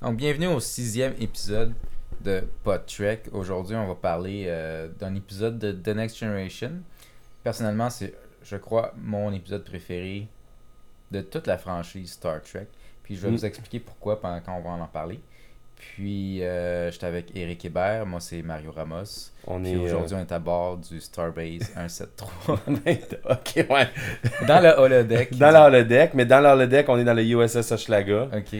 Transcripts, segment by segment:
Donc, bienvenue au 6e épisode de PodTrek. Aujourd'hui, on va parler d'un épisode de The Next Generation. Personnellement, c'est, je crois, mon épisode préféré de toute la franchise Star Trek. Puis, je vais vous expliquer pourquoi pendant qu'on va en parler. Puis, j'étais avec Eric Hébert. Moi, c'est Mario Ramos. Puis aujourd'hui, on est à bord du Starbase 173. Ok, ouais. Dans le holodeck. Dans le holodeck, mais dans le holodeck, on est dans le USS Hochelaga. Ok.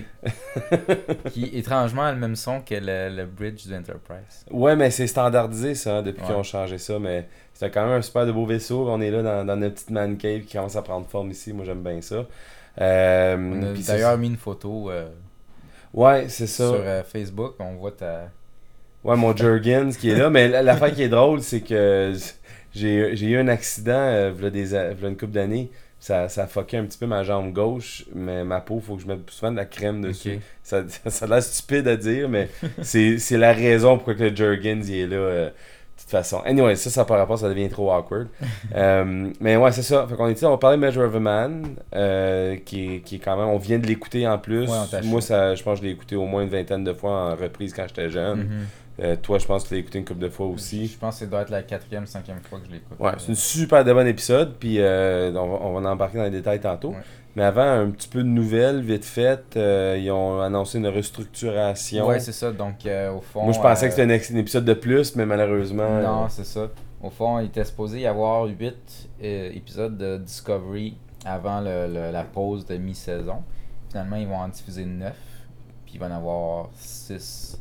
Qui, étrangement, a le même son que le bridge du Enterprise. Ouais, mais c'est standardisé ça, depuis Ouais. qu'ils ont changé ça, mais c'était quand même un super de beau vaisseau. On est là dans notre petite man cave qui commence à prendre forme ici. Moi, j'aime bien ça. On a Puis d'ailleurs mis une photo ouais, c'est ça. sur Facebook. On voit ta... Ouais, mon Jurgens qui est là. Mais l'affaire qui est drôle, c'est que j'ai eu un accident v'là une couple d'années. Ça a fucké un petit peu ma jambe gauche, mais ma peau, faut que je mette souvent de la crème dessus. Ok. Ça a l'air stupide à dire, mais c'est la raison pourquoi que le Jurgens il est là. De toute façon. Anyway, ça par rapport, ça devient trop awkward. Mais ouais, c'est ça. Fait qu'on est ici, on va parler de Measure of a Man, qui est quand même. On vient de l'écouter en plus. Ouais, on t'a Moi, chaud. je pense que je l'ai écouté au moins une vingtaine de fois en reprise quand j'étais jeune. Toi, je pense que tu l'as écouté une couple de fois aussi. Je pense que ça doit être la 4e, 5e fois que je l'écoute. Ouais, c'est une super de bon épisode, puis on va embarquer dans les détails tantôt. Ouais. Mais avant, un petit peu de nouvelles, vite fait, ils ont annoncé une restructuration. Ouais, c'est ça. Donc, au fond... Moi, je pensais que c'était un épisode de plus, mais malheureusement... Non, c'est ça. Au fond, il était supposé y avoir 8 épisodes de Discovery avant la pause de mi-saison. Finalement, ils vont en diffuser 9. Puis il va en avoir 6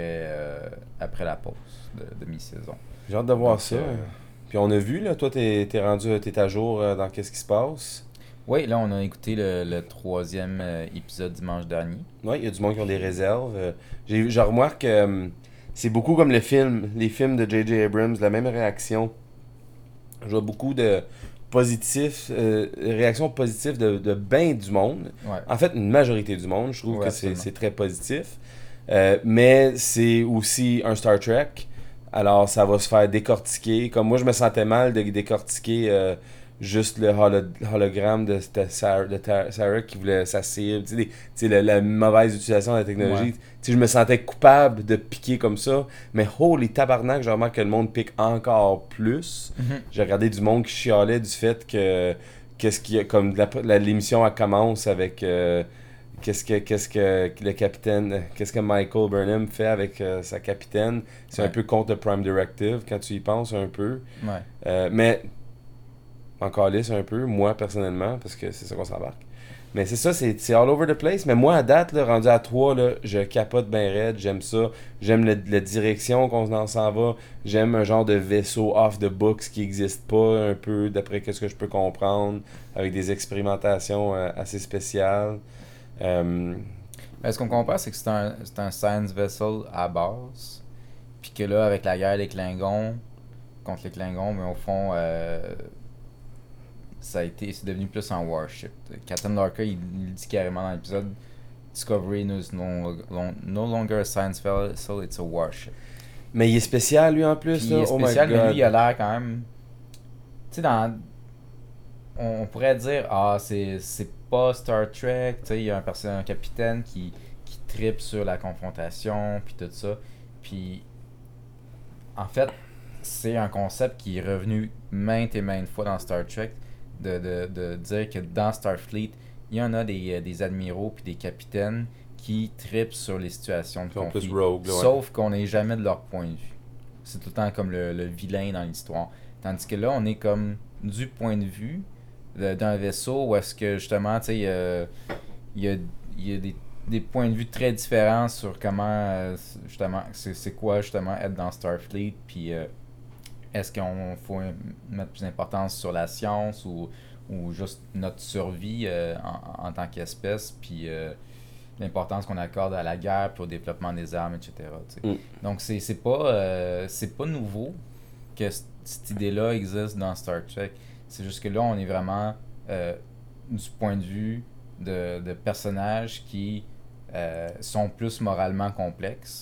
après la pause de mi-saison. J'ai hâte de voir Donc, ça. Puis on a vu, là, toi, t'es à jour dans qu'est-ce qui se passe. Oui, là, on a écouté le 3e épisode dimanche dernier. Ouais, il y a du monde qui ont des réserves. Je remarque que c'est beaucoup comme les films de J.J. Abrams, la même réaction. Je vois beaucoup de réactions positives de ben du monde. Ouais. En fait, une majorité du monde. Je trouve Ouais, que absolument. c'est très positif. Mais c'est aussi un Star Trek. Alors, ça va se faire décortiquer. Comme moi, je me sentais mal de décortiquer juste le hologramme de Sarah qui voulait sa cible. Tu sais, la mauvaise utilisation de la technologie. Ouais. Tu sais, je me sentais coupable de piquer comme ça. Mais holy tabarnak, je remarque que le monde pique encore plus. J'ai regardé du monde qui chialait du fait que comme l'émission elle commence avec qu'est-ce que le capitaine, qu'est-ce que Michael Burnham fait avec sa capitaine. C'est Ouais. un peu contre le Prime Directive quand tu y penses un peu. Ouais. Mais encore lisse un peu, moi personnellement, parce que c'est ça qu'on s'embarque. Mais c'est ça, c'est all over the place. Mais moi, à date, là, rendu à 3, là, je capote bien raide, j'aime ça. J'aime la direction qu'on s'en va. J'aime un genre de vaisseau off the books qui n'existe pas un peu, d'après ce que je peux comprendre, avec des expérimentations assez spéciales. Mais ce qu'on comprend, c'est que c'est un science vessel à base. Puis que là, avec la guerre des Klingons, contre les Klingons, mais au fond, c'est devenu plus un warship. Captain Lorca, il dit carrément dans l'épisode, Discovery is no longer a science vessel, it's a warship. Mais il est spécial, lui, en plus. Puis là. il est Oh my spécial, mais God. lui, il a l'air quand même... Tu sais, on pourrait dire, c'est pas Star Trek, tu sais, il y a un capitaine qui tripe sur la confrontation, puis tout ça. Puis, en fait, c'est un concept qui est revenu maintes et maintes fois dans Star Trek, de dire que dans Starfleet, il y en a des admiraux puis des capitaines qui tripent sur les situations de Ils sont conflit. plus rogue, là, ouais. Sauf qu'on n'est jamais de leur point de vue. C'est tout le temps comme le vilain dans l'histoire. Tandis que là, on est comme du point de vue d'un vaisseau où est-ce que justement, tu sais, il y a des points de vue très différents sur comment, justement, c'est quoi justement être dans Starfleet, puis est-ce qu'on faut mettre plus d'importance sur la science ou juste notre survie en tant qu'espèce, puis l'importance qu'on accorde à la guerre puis au développement des armes, etc. tu sais. Donc c'est pas nouveau que cette idée-là existe dans Star Trek. C'est juste que là, on est vraiment du point de vue de personnages qui sont plus moralement complexes,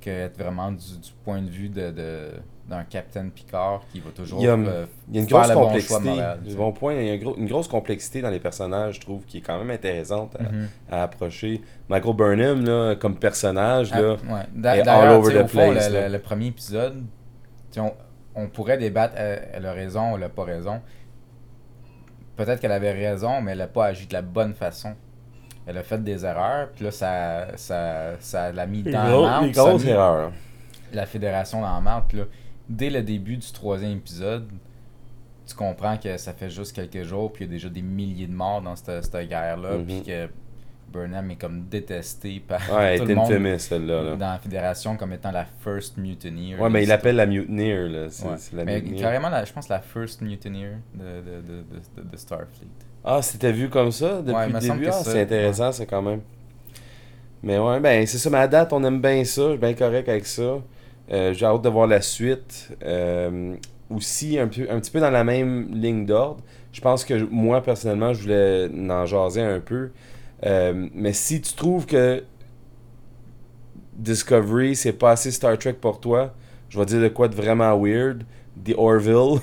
qu'être vraiment du point de vue d'un Captain Picard qui va toujours Il y a une faire grosse le bon choix complexité. moral. Du bon point, il y a une grosse complexité dans les personnages, je trouve, qui est quand même intéressante à approcher. Michael Burnham, là, comme personnage, là, est all D'ailleurs, over the au fond, place. là. le premier épisode, on pourrait débattre, elle a raison, elle a pas raison. Peut-être qu'elle avait raison, mais elle a pas agi de la bonne façon. Elle a fait des erreurs, puis là, ça l'a mis dans la marde. Des grosses erreurs. La fédération dans la marde, puis là, dès le début du 3e épisode, tu comprends que ça fait juste quelques jours, puis il y a déjà des milliers de morts dans cette guerre-là, puis que Burnham est comme détesté par tout le monde infamous, celle-là. Là. dans la fédération comme étant la First Mutineer. Ouais, mais il l'appelle la Mutineer. Là. C'est la mais Mutineer. carrément, je pense, la First Mutineer de Starfleet. Ah, c'était vu comme ça depuis le début? Ah, c'est intéressant, ça, quand même. Mais ouais, ben c'est ça. Mais à date, on aime bien ça. Je suis bien correct avec ça. J'ai hâte de voir la suite. Aussi, un petit peu dans la même ligne d'ordre. Je pense que moi, personnellement, je voulais en jaser un peu. Mais si tu trouves que Discovery, c'est pas assez Star Trek pour toi, je vais dire de quoi de vraiment weird. The Orville.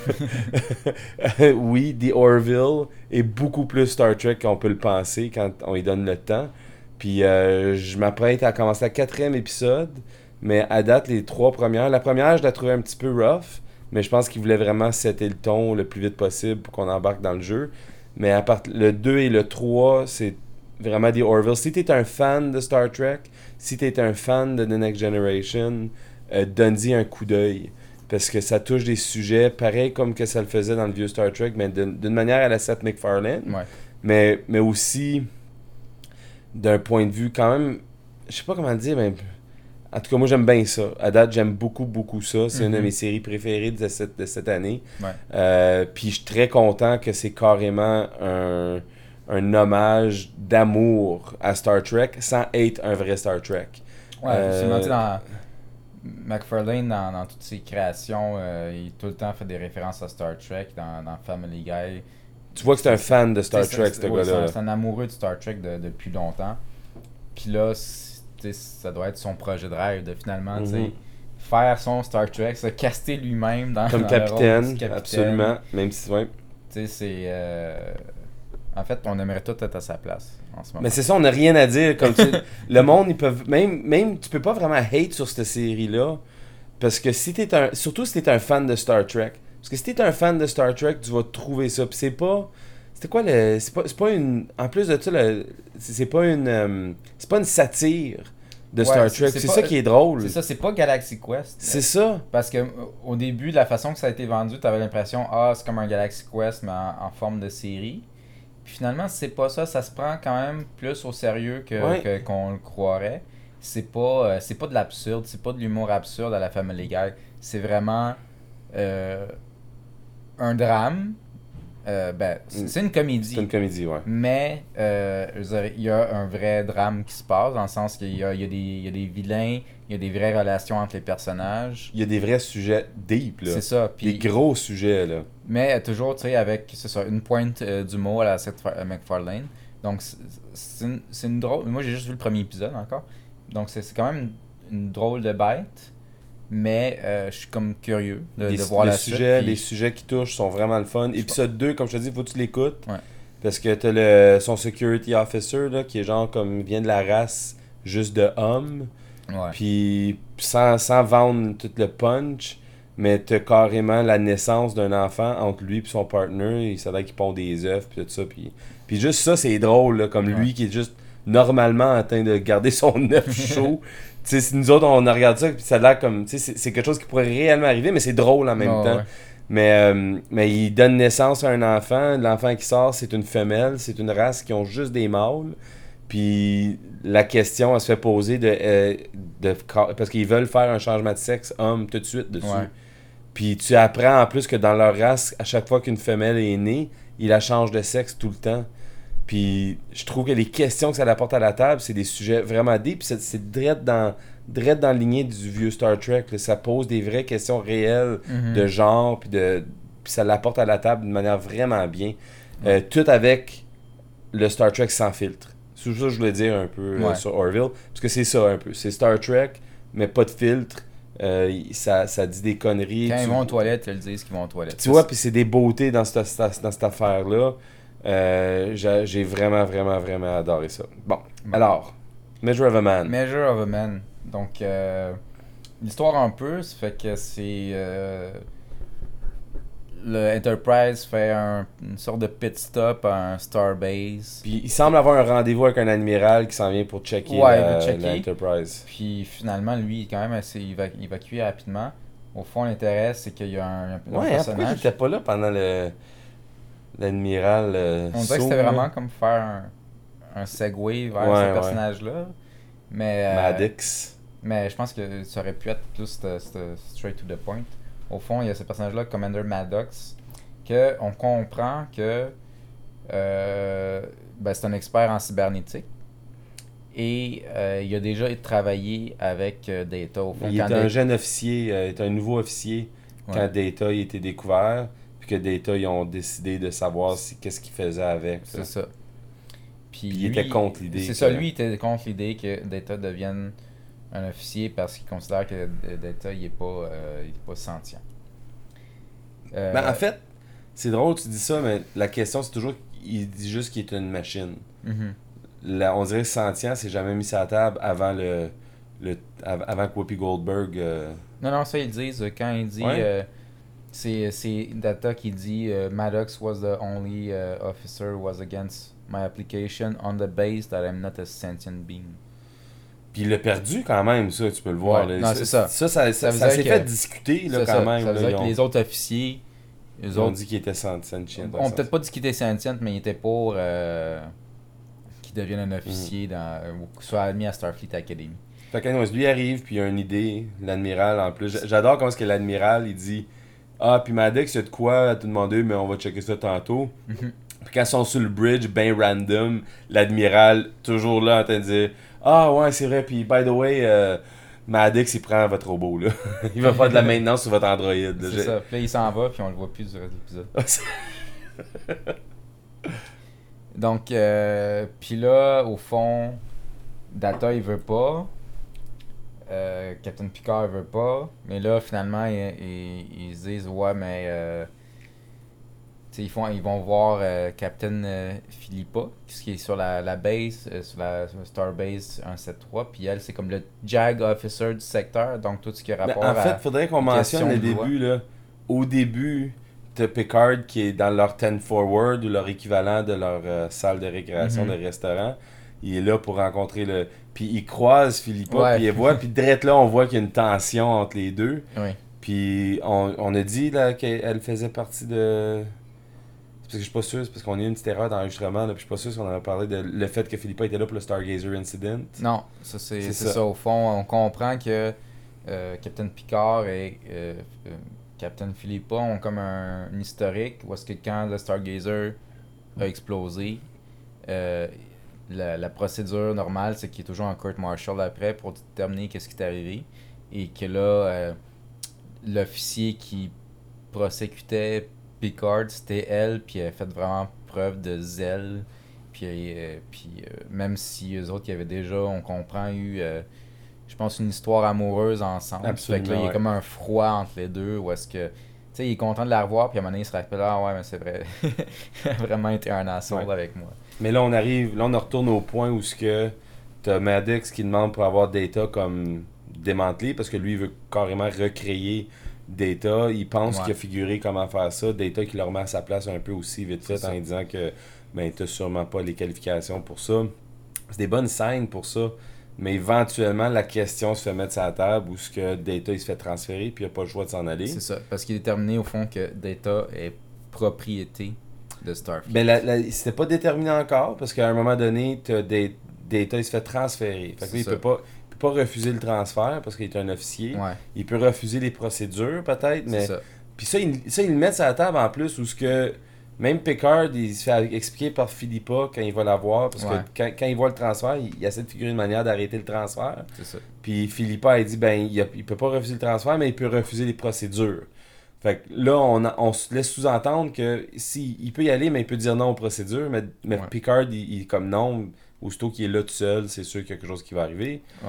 Oui, The Orville est beaucoup plus Star Trek qu'on peut le penser quand on lui donne le temps. Puis je m'apprête à commencer le 4e épisode. Mais à date, les 3 premières... La première, je la trouvais un petit peu rough. Mais je pense qu'il voulait vraiment setter le ton le plus vite possible pour qu'on embarque dans le jeu. Mais à part le 2 et le 3, c'est vraiment The Orville. Si t'es un fan de Star Trek, si t'es un fan de The Next Generation, donne-y un coup d'œil. Parce que ça touche des sujets pareils comme que ça le faisait dans le vieux Star Trek, mais d'une manière à la Seth MacFarlane. Ouais. Mais aussi d'un point de vue quand même... Je sais pas comment le dire, mais... En tout cas, moi, j'aime bien ça. À date, j'aime beaucoup, beaucoup ça. C'est une de mes séries préférées de cette année. Ouais. Puis je suis très content que c'est carrément un hommage d'amour à Star Trek sans être un vrai Star Trek. Ouais, justement, dans MacFarlane, dans toutes ses créations, il a tout le temps fait des références à Star Trek, dans Family Guy. Tu vois que c'est un fan de Star Trek, ce gars-là. C'est un amoureux de Star Trek depuis longtemps. Puis là, ça doit être son projet de rêve de finalement faire son Star Trek, se caster lui-même dans le rôle du capitaine. Absolument. Même si, ouais. Tu sais, c'est... En fait, on aimerait tout être à sa place en ce moment. Mais c'est ça, on n'a rien à dire. Comme le monde, ils peuvent... Même, tu peux pas vraiment hate sur cette série-là. Parce que si t'es surtout si t'es un fan de Star Trek. Parce que si t'es un fan de Star Trek, tu vas trouver ça. Puis c'est pas... C'était quoi le... C'est pas une... En plus de ça, c'est pas une satire de Star Trek. C'est ça qui est drôle. C'est ça, c'est pas Galaxy Quest. C'est ça. Parce que au début, de la façon que ça a été vendu, t'avais l'impression, c'est comme un Galaxy Quest, mais en forme de série. Puis finalement, c'est pas ça. Ça se prend quand même plus au sérieux qu'on le croirait. C'est pas de l'absurde. C'est pas de l'humour absurde à la Family Guy. C'est vraiment un drame. C'est une comédie. C'est une comédie, ouais. Mais il y a un vrai drame qui se passe, dans le sens qu'il y a des vilains, il y a des vraies relations entre les personnages. Il y a des vrais sujets deep, là. C'est ça. Puis, des gros sujets, là. Mais toujours, tu sais, avec, c'est ça, une pointe d'humour à la Seth MacFarlane. Donc, c'est une drôle... Moi, j'ai juste vu le premier épisode encore. Donc, c'est quand même une drôle de bête. Mais je suis comme curieux de voir la suite. Les sujets qui touchent sont vraiment le fun. Épisode 2, comme je te dis, faut que tu l'écoutes. Ouais. Parce que t'as son security officer, là, qui est genre comme, vient de la race juste de hommes. Ouais. Puis sans vendre tout le punch, mais t'as carrément la naissance d'un enfant entre lui et son partner. Il s'avère qu'il pond des œufs, puis tout ça. Puis juste ça, c'est drôle, là, comme lui qui est juste normalement en train de garder son œuf chaud. Tu sais, nous autres, on regarde ça, puis ça a l'air comme... Tu sais, c'est quelque chose qui pourrait réellement arriver, mais c'est drôle en même temps. Ouais. Mais il donne naissance à un enfant. L'enfant qui sort, c'est une femelle. C'est une race qui ont juste des mâles. Puis la question, elle se fait poser parce qu'ils veulent faire un changement de sexe homme tout de suite dessus. Ouais. Puis tu apprends en plus que dans leur race, à chaque fois qu'une femelle est née, ils la changent de sexe tout le temps. Puis je trouve que les questions que ça apporte à la table, c'est des sujets vraiment deep. Puis c'est direct dans la lignée du vieux Star Trek. Là. Ça pose des vraies questions réelles de genre, puis ça l'apporte à la table d'une manière vraiment bien. Tout avec le Star Trek sans filtre. C'est ça que je voulais dire un peu sur Orville. Parce que c'est ça un peu. C'est Star Trek mais pas de filtre. Ça dit des conneries. Quand ils vont aux toilettes, ils le disent qu'ils vont aux toilettes. Tu vois, puis c'est des beautés dans cette affaire-là. J'ai vraiment, vraiment, vraiment adoré ça. Bon, alors, Measure of a Man. Measure of a Man. Donc, l'histoire un peu, ça fait que c'est... le Enterprise fait une sorte de pit stop à un Starbase. Puis il semble avoir un rendez-vous avec un admiral qui s'en vient pour checker l'Enterprise. Puis finalement, lui, il est quand même assez évacué rapidement. Au fond, l'intérêt, c'est qu'il y a un personnage. Pourquoi il était pas là pendant l'admiral On dirait que c'était vraiment comme faire un segue vers ce personnage-là. Mais, Maddox. Mais je pense que ça aurait pu être plus straight to the point. Au fond, il y a ce personnage-là, Commander Maddox, qu'on comprend que c'est un expert en cybernétique. Et il a déjà travaillé avec Data. Au fond, il est un jeune officier, il est un nouveau officier quand Data a été découvert. Puis que Data, ils ont décidé de savoir qu'est-ce qu'il faisait avec. C'est ça. Puis il était contre l'idée. C'est ça, lui, il était contre l'idée que Data devienne un officier parce qu'il considère que Data, il est pas sentient. En fait, c'est drôle que tu dis ça, mais la question, c'est toujours, il dit juste qu'il est une machine. Mm-hmm. On dirait que sentient, c'est jamais mis sur la table avant avant que Whoopi Goldberg... Non, ça, ils disent, quand il dit... c'est Data qui dit Maddox was the only officer who was against my application on the base that I'm not a sentient being. Puis il l'a perdu quand même, ça, tu peux le voir. Ouais, non, c'est ça. Ça s'est fait discuter là, quand même. Ça veut dire que les autres officiers... Ils ont dit qu'il était sentient. On n'a peut-être pas dit qu'il était sentient, mais il était pour qu'il devienne un officier ou soit admis à Starfleet Academy. Fait que lui arrive, puis il a une idée, l'admiral en plus. J'adore comment est-ce que l'admiral, il dit « Ah, puis Maddox, il y a de quoi à te demander, mais on va checker ça tantôt. Mm-hmm. Puis quand ils sont sur le bridge, ben random, l'admiral, toujours là, en train de dire « Ah, ouais, c'est vrai, puis by the way, Maddox, il prend votre robot, là. Il va faire de la maintenance sur votre Android. » C'est ça. Puis là, il s'en va, puis on le voit plus du reste de l'épisode. Donc, puis là, au fond, Data, il veut pas. Captain Picard, il veut pas. Mais là, finalement, ils se disent, ouais, mais... ils vont voir Captain Philippa, qui est sur la base, sur la Starbase 173, puis elle, c'est comme le JAG officer du secteur, donc tout ce qui a rapport à... En fait, faudrait qu'on mentionne le début, là. Au début, t'as Picard qui est dans leur 10 forward, ou leur équivalent de leur salle de récréation de restaurant. Il est là pour rencontrer le... Puis il croise Philippa, puis il voit, puis direct là, on voit qu'il y a une tension entre les deux. Oui. Puis on a dit là qu'elle faisait partie de... Parce que je suis pas sûr, c'est parce qu'on a eu une petite erreur d'enregistrement, là, puis je suis pas sûr qu'on en a parlé de le fait que Philippa était là pour le Stargazer Incident. Non, ça c'est ça. Au fond, on comprend que Captain Picard et Captain Philippa ont comme un historique, où est-ce que quand le Stargazer a explosé, la procédure normale, c'est qu'il y a toujours un court martial après pour déterminer qu'est-ce qui est arrivé, et que là, l'officier qui prosécutait Picard, c'était elle, puis elle a fait vraiment preuve de zèle. Puis même si eux autres, il y avait déjà, on comprend, eu, je pense, une histoire amoureuse ensemble. Absolument, fait que là, il y a comme un froid entre les deux, où est-ce que... Tu sais, il est content de la revoir, puis à un moment donné, il se rappelle, ah ouais, mais c'est vrai, il a vraiment été un assaut avec moi. Mais là, on retourne au point où t'as Maddox qui demande pour avoir Data comme démantelé, parce que lui, il veut carrément recréer Data, il pense qu'il a figuré comment faire ça. Data qui le remet à sa place un peu aussi vite fait en disant que t'as sûrement pas les qualifications pour ça. C'est des bonnes scènes pour ça. Mais éventuellement, la question se fait mettre sur la table où ce que Data il se fait transférer puis il n'a pas le choix de s'en aller. C'est ça, parce qu'il est déterminé au fond que Data est propriété de Starfleet. Ben c'était pas déterminé encore parce qu'à un moment donné, Data il se fait transférer. Fait que là, il peut pas refuser le transfert parce qu'il est un officier. Ouais. Il peut refuser les procédures peut-être, mais puis ça ils le mettent sur la table en plus où ce que même Picard il se fait expliquer par Philippa quand il va la voir parce que quand il voit le transfert, il essaie de figurer une manière d'arrêter le transfert. C'est ça. Puis Philippa elle dit il peut pas refuser le transfert mais il peut refuser les procédures. Fait que là on se laisse sous-entendre que si il peut y aller mais il peut dire non aux procédures mais Picard il est comme non. Aussitôt qu'il est là tout seul, c'est sûr qu'il y a quelque chose qui va arriver. Ouais.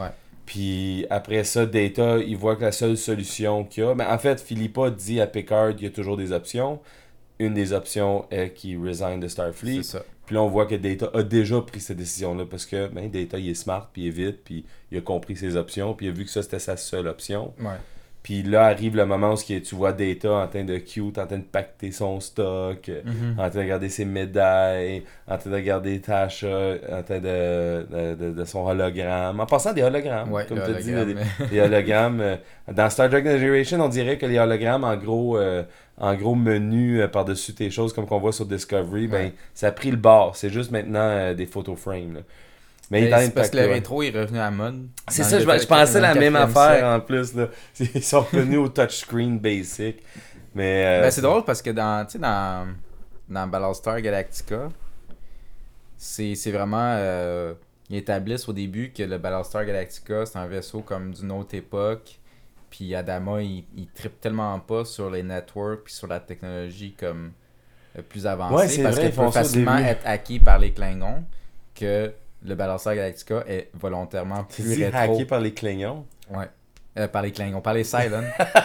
Puis après ça, Data, il voit que la seule solution qu'il y a... Mais en fait, Philippa dit à Picard qu'il y a toujours des options. Une des options est qu'il resign de Starfleet. C'est ça. Puis là, on voit que Data a déjà pris cette décision-là parce que Data, il est smart, puis il est vite, puis il a compris ses options, puis il a vu que ça, c'était sa seule option. Ouais. Puis là arrive le moment où tu vois Data en train de cute, en train de pacter son stock, en train de regarder ses médailles, en train de regarder Tasha, en train de son hologramme. En passant des hologrammes, Ouais, comme tu as dit, là, hologramme. des hologrammes. Dans Star Trek Next Generation, on dirait que les hologrammes, en gros menu par-dessus tes choses, comme qu'on voit sur Discovery, Ouais. ça a prit le bord. C'est juste maintenant des photo frames. Là. Mais il est dans C'est une parce que le pacte, rétro est revenu à la mode. c'est Dans ça, le je pensais la même 24e affaire siècle. en plus. Là. Ils sont revenus au touchscreen basic. Mais Ben, c'est drôle parce que tu sais, dans Battlestar Galactica, c'est vraiment. Ils établissent au début que le Battlestar Galactica, c'est un vaisseau comme d'une autre époque. Puis Adama, il trippe tellement pas sur les networks puis sur la technologie comme plus avancée. Ouais, c'est parce vrai, qu'elle ils font peut ça au facilement début. être hacké par les Klingons. Que le Battlestar Galactica est volontairement tu plus dis rétro. hacké par les Klingons. Ouais. Par les Klingons, par les Cylons.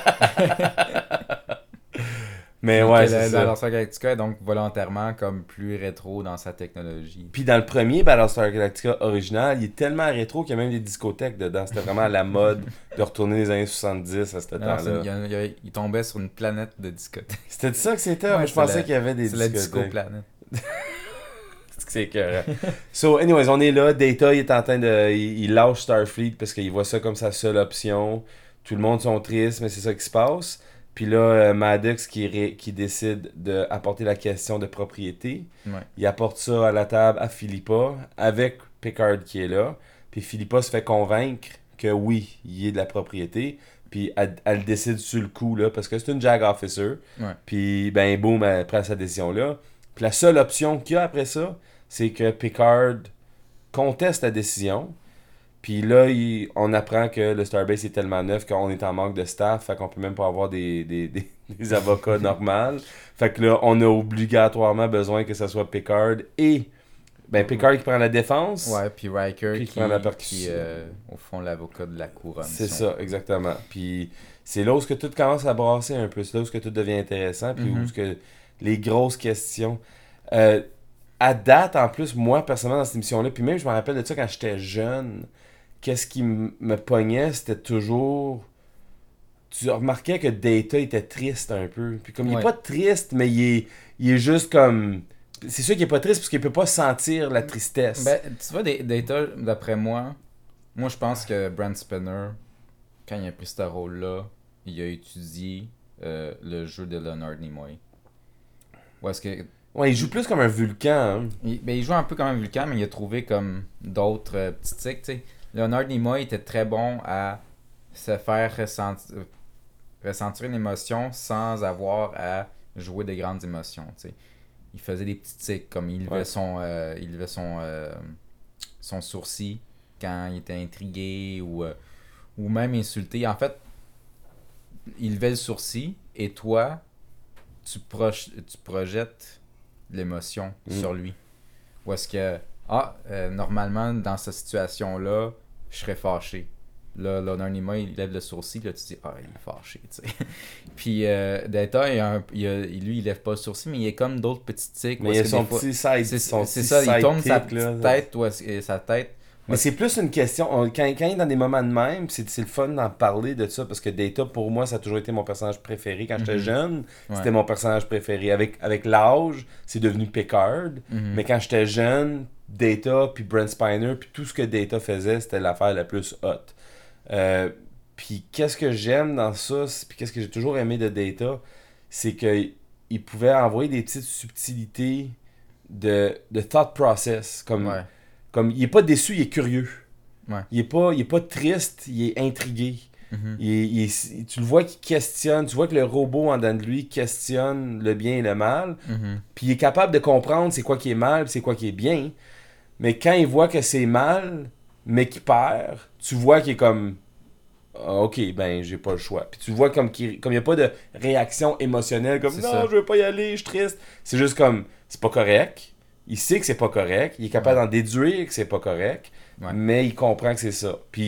Mais Puis ouais, que c'est le ça. Battlestar Galactica est donc volontairement comme plus rétro dans sa technologie. Puis dans le premier Battlestar Galactica original, il est tellement rétro qu'il y a même des discothèques dedans. C'était vraiment à la mode de retourner les années 70 à ce Non, temps-là. il tombait sur une planète de discothèque. C'était ça que c'était? Ouais, Moi, je c'est pensais la- qu'il y avait des C'est la disco discothèques. planète. C'est écœurant. So, anyways, on est là. Data, il est en train de... Il lâche Starfleet parce qu'il voit ça comme sa seule option. Tout le monde sont tristes, mais c'est ça qui se passe. Puis là, Maddox qui décide d'apporter la question de propriété. Ouais. Il apporte ça à la table à Philippa, avec Picard qui est là. Puis Philippa se fait convaincre que oui, il y a de la propriété. Puis elle décide sur le coup, là, parce que c'est une JAG officer. Ouais. Puis, ben, boum, elle prend sa décision-là. Puis la seule option qu'il y a après ça, c'est que Picard conteste la décision. Puis là, on apprend que le Starbase est tellement neuf qu'on est en manque de staff, fait qu'on peut même pas avoir des avocats normaux. Fait que là, on a obligatoirement besoin que ce soit Picard et... Ben, Picard qui prend la défense. Ouais, puis Riker Puis qui, prend la percussion. qui au fond, l'avocat de la couronne. C'est si on ça, exactement. Puis c'est là où que tout commence à brasser un peu. C'est là où que tout devient intéressant. Puis où que les grosses questions... à date, en plus, moi, personnellement, dans cette émission-là, puis même, je me rappelle de ça quand j'étais jeune, qu'est-ce qui me pognait, c'était toujours... Tu remarquais que Data était triste un peu. Puis comme il est Ouais. pas triste, mais il est juste comme... C'est sûr qu'il est pas triste parce qu'il peut pas sentir la tristesse. Ben, tu vois, Data, d'après moi, je pense que Brent Spinner, quand il a pris ce rôle-là, il a étudié le jeu de Leonard Nimoy. Ou est-ce que... Ouais, il joue plus comme un vulcan. Hein. Il joue un peu comme un Vulcan, mais il a trouvé comme d'autres petits tics, tu sais. Leonard Nimoy était très bon à se faire ressentir une émotion sans avoir à jouer des grandes émotions, tu sais. Il faisait des petits tics, comme il levait son sourcil quand il était intrigué ou même insulté. En fait, il levait le sourcil et toi, tu projettes l'émotion sur lui. Ou est-ce que, normalement, dans cette situation-là, je serais fâché. Là, Leonard Nimoy, il lève le sourcil, là, tu te dis, il est fâché, tu sais. Puis, Data, lui, il lève pas le sourcil, mais il est comme d'autres petits tics. Mais il a son petit side. C'est son c'est petit ça, il tourne sa sidekick, là. petite tête, sa tête. Mais c'est plus une question. Quand il est dans des moments de même, c'est le fun d'en parler de ça parce que Data, pour moi, ça a toujours été mon personnage préféré. Quand j'étais jeune, c'était mon personnage préféré. Avec l'âge, c'est devenu Picard. Mais quand j'étais jeune, Data, puis Brent Spiner, puis tout ce que Data faisait, c'était l'affaire la plus hot. Puis qu'est-ce que j'aime dans ça, puis qu'est-ce que j'ai toujours aimé de Data, c'est qu'il pouvait envoyer des petites subtilités de thought process. Comme il est pas déçu, il est curieux. Ouais. Il est pas triste, il est intrigué. Tu le vois qu'il questionne, tu vois que le robot en dedans de lui questionne le bien et le mal. Puis il est capable de comprendre c'est quoi qui est mal, c'est quoi qui est bien. Mais quand il voit que c'est mal, mais qu'il perd, tu vois qu'il est comme ok, ben j'ai pas le choix. Puis tu vois comme il n'y a pas de réaction émotionnelle comme non, je veux pas y aller, je suis triste. C'est juste comme c'est pas correct. Il sait que c'est pas correct, il est capable d'en déduire que c'est pas correct, mais il comprend que c'est ça. Puis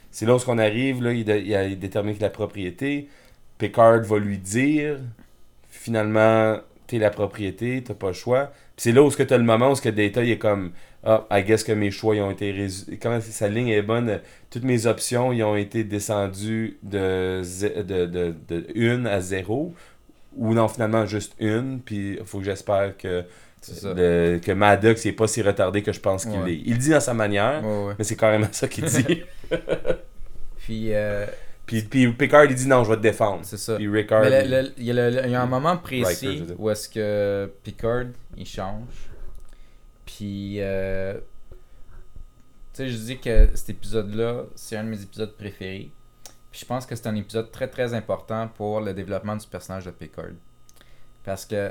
c'est là où on arrive, là, il détermine la propriété. Picard va lui dire, finalement, t'es la propriété, t'as pas le choix. Puis c'est là où t'as le moment où Data il est comme, ah, I guess que mes choix ils ont été comment sa ligne est bonne, toutes mes options ils ont été descendues de 1 à 0. Ou non, finalement, juste une. Puis il faut que j'espère que Maddox n'est pas si retardé que je pense qu'il est. Il le dit dans sa manière, mais c'est carrément ça qu'il dit. Puis, puis Picard, il dit non, je vais te défendre. C'est ça. Puis Rickard, mais il y a un moment précis où est-ce que Picard, il change. Puis, tu sais, je dis que cet épisode-là, c'est un de mes épisodes préférés. Puis je pense que c'est un épisode très très important pour le développement du personnage de Picard. Parce que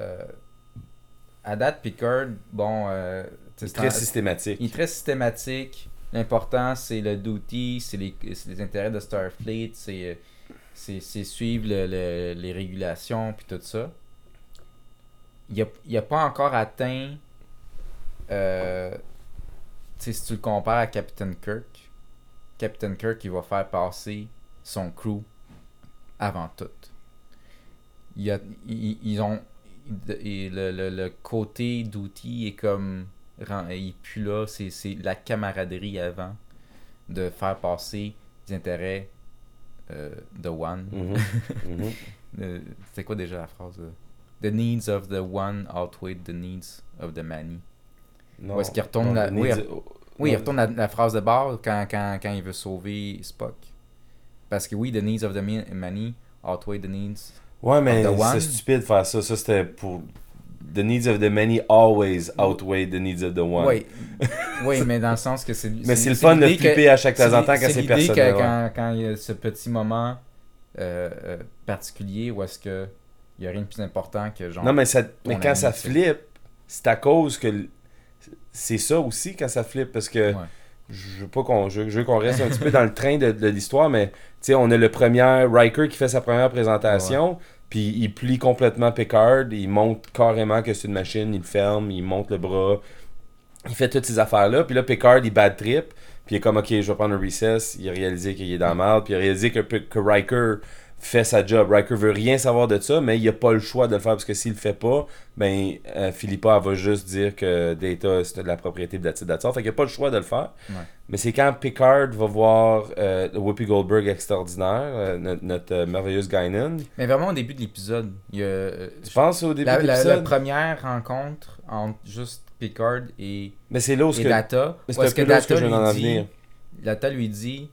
à date, Picard, bon... c'est très systématique. Il est très systématique. L'important, c'est le duty, c'est les intérêts de Starfleet, c'est suivre les régulations, puis tout ça. Il a pas encore atteint... si tu le compares à Captain Kirk, il va faire passer son crew avant tout. Ils ont le côté d'outil est comme il est plus là, c'est la camaraderie avant de faire passer les intérêts de One. C'est quoi déjà la phrase? The needs of the One outweigh the needs of the many. Ou est-ce qu'il retourne il retourne la phrase de base quand il veut sauver Spock. Parce que oui, the needs of the many outweigh the needs of the one. C'est stupide de faire ça. Ça, c'était pour... The needs of the many always outweigh the needs of the one. Oui, mais dans le sens que c'est... Mais c'est le fun de flipper à chaque temps en temps quand c'est personnel. Quand il y a ce petit moment particulier où est-ce que il n'y a rien de plus important que genre... Non, mais quand ça flippe, c'est à cause que... C'est ça aussi quand ça flippe, parce que je veux qu'on reste un petit peu dans le train de l'histoire, mais tu sais, on a le premier Riker qui fait sa première présentation, puis il plie complètement Picard, il montre carrément que c'est une machine, il le ferme, il monte le bras, il fait toutes ces affaires-là, puis là Picard il bad trip, puis il est comme ok, je vais prendre un recess, il a réalisé qu'il est dans le mal, puis il a réalisé que Riker fait sa job. Riker veut rien savoir de ça, mais il a pas le choix de le faire parce que s'il le fait pas, ben Philippa va juste dire que Data c'est de la propriété de la titre d'Atsar. Fait qu'il a pas le choix de le faire. Mais c'est quand Picard va voir Whoopi Goldberg extraordinaire, notre merveilleuse Guinan. Mais vraiment au début de l'épisode, il y a... Tu penses au début de l'épisode? La première rencontre entre juste Picard et Data. Mais c'est un peu là que je veux en venir. Data lui dit...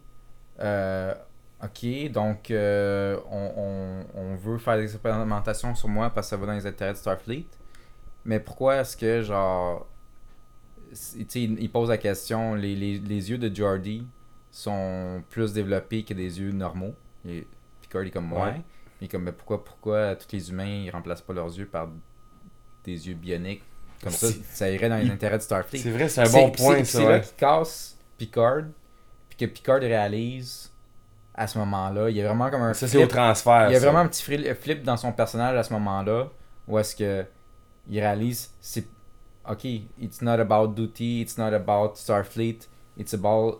ok, donc on veut faire des expérimentations sur moi parce que ça va dans les intérêts de Starfleet. Mais pourquoi est-ce que, genre... Tu sais, il pose la question, les yeux de Geordi sont plus développés que des yeux normaux. Et Picard est comme, ouais. Il est comme, mais pourquoi tous les humains, ils remplacent pas leurs yeux par des yeux bioniques? Comme ça irait dans les intérêts de Starfleet. C'est vrai, c'est un bon point, ça. C'est là qu'il casse Picard, puis que Picard réalise... À ce moment-là, il y a vraiment comme un flip. C'est au transfert. Il y a vraiment un petit flip dans son personnage à ce moment-là, où est-ce que il réalise, c'est ok, it's not about duty, it's not about Starfleet, it's about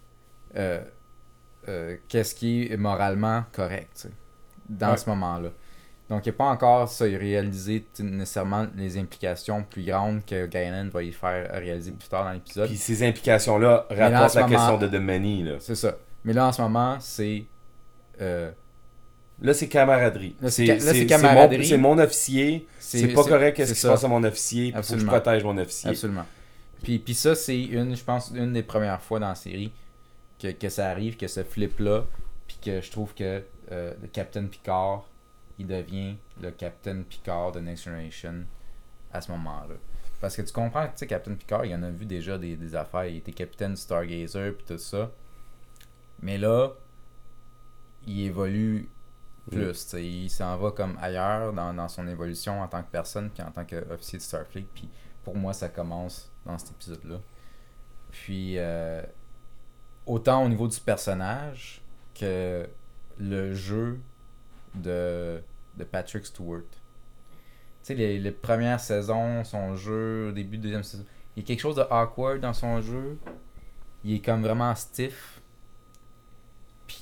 qu'est-ce qui est moralement correct, dans ce moment-là. Donc il n'a pas encore ça réalisé nécessairement les implications plus grandes que Guinan va y faire réaliser plus tard dans l'épisode. Puis ces implications-là rapportent la question de The Many, là. C'est ça. Mais là, en ce moment, c'est... Là, c'est camaraderie. C'est camaraderie. C'est mon officier. C'est pas correct qu'est-ce qui se passe à mon officier. Il faut que je protège mon officier. Absolument. Puis ça, c'est je pense, une des premières fois dans la série que ça arrive, que ce flip-là, puis que je trouve que le Captain Picard, il devient le Captain Picard de Next Generation à ce moment-là. Parce que tu comprends, tu sais, Captain Picard, il en a vu déjà des affaires. Il était capitaine du Stargazer, puis tout ça. Mais là, il évolue plus. Il s'en va comme ailleurs dans son évolution en tant que personne puis en tant qu'officier de Starfleet. Puis pour moi, ça commence dans cet épisode-là. Puis autant au niveau du personnage que le jeu de Patrick Stewart. Tu sais, les premières saisons, son jeu, au début de deuxième saison, il y a quelque chose de awkward dans son jeu. Il est comme vraiment stiff.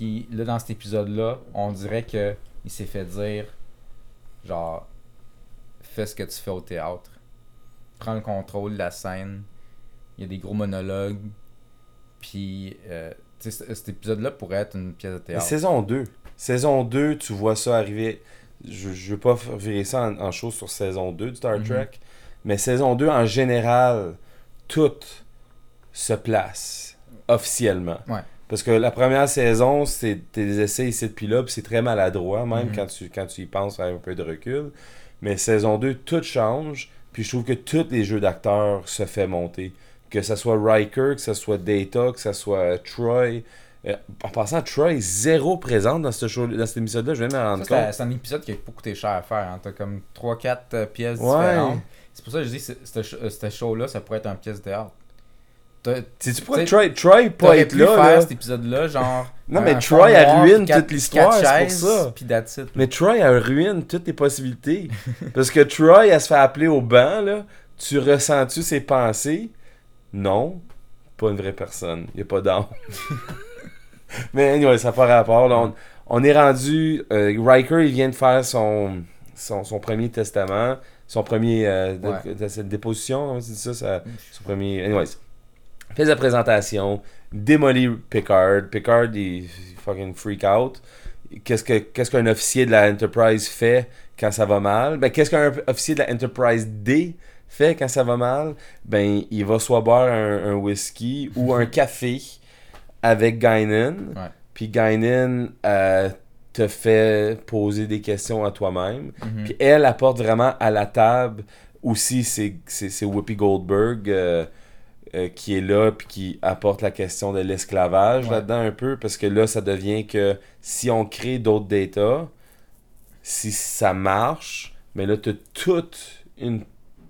Puis là, dans cet épisode-là, on dirait que il s'est fait dire, genre, fais ce que tu fais au théâtre. Prends le contrôle de la scène. Il y a des gros monologues. Puis, tu sais, cet épisode-là pourrait être une pièce de théâtre. Saison 2. Saison 2, tu vois ça arriver. Je veux pas virer ça en chose sur saison 2 de Star Trek. Mais saison 2, en général, tout se place officiellement. Ouais. Parce que la première saison, c'est des essais ici puis là, puis c'est très maladroit, même quand tu y penses avec un peu de recul. Mais saison 2, tout change, puis je trouve que tous les jeux d'acteurs se fait monter. Que ce soit Riker, que ce soit Data, que ce soit Troy. En passant, Troy est zéro présente dans cette émission-là, je viens de me rendre compte. C'est un épisode qui a pas coûté cher à faire. Hein. T'as comme 3-4 pièces différentes. C'est pour ça que je dis que ce show-là, ça pourrait être un pièce de théâtre. Tu pourrais Troy pas être là. Faire cet épisode-là, genre. Non, mais Troy, elle ruine toute l'histoire, c'est pour ça. Puis that's it. Mais Troy, elle ruine toutes les possibilités. Parce que Troy, elle se fait appeler au banc, là. Tu ressens-tu ses pensées? Non. Pas une vraie personne. Il n'y a pas d'âme. Mais anyway, ça n'a pas rapport. Là, on est rendu... Riker, il vient de faire son premier testament. Son premier... cette déposition, c'est ça? Son premier... Anyways. Fait sa présentation. Démolit Picard. Picard, il fucking freak out. Qu'est-ce qu'un officier de la Enterprise fait quand ça va mal? Ben, qu'est-ce qu'un officier de la Enterprise D fait quand ça va mal? Ben, il va soit boire un whisky ou un café avec Guinan. Ouais. Puis Guinan te fait poser des questions à toi-même. Puis elle apporte vraiment à la table aussi, c'est Whoopi Goldberg qui est là puis qui apporte la question de l'esclavage là-dedans un peu, parce que là, ça devient que si on crée d'autres data, si ça marche, mais là, tu as toute une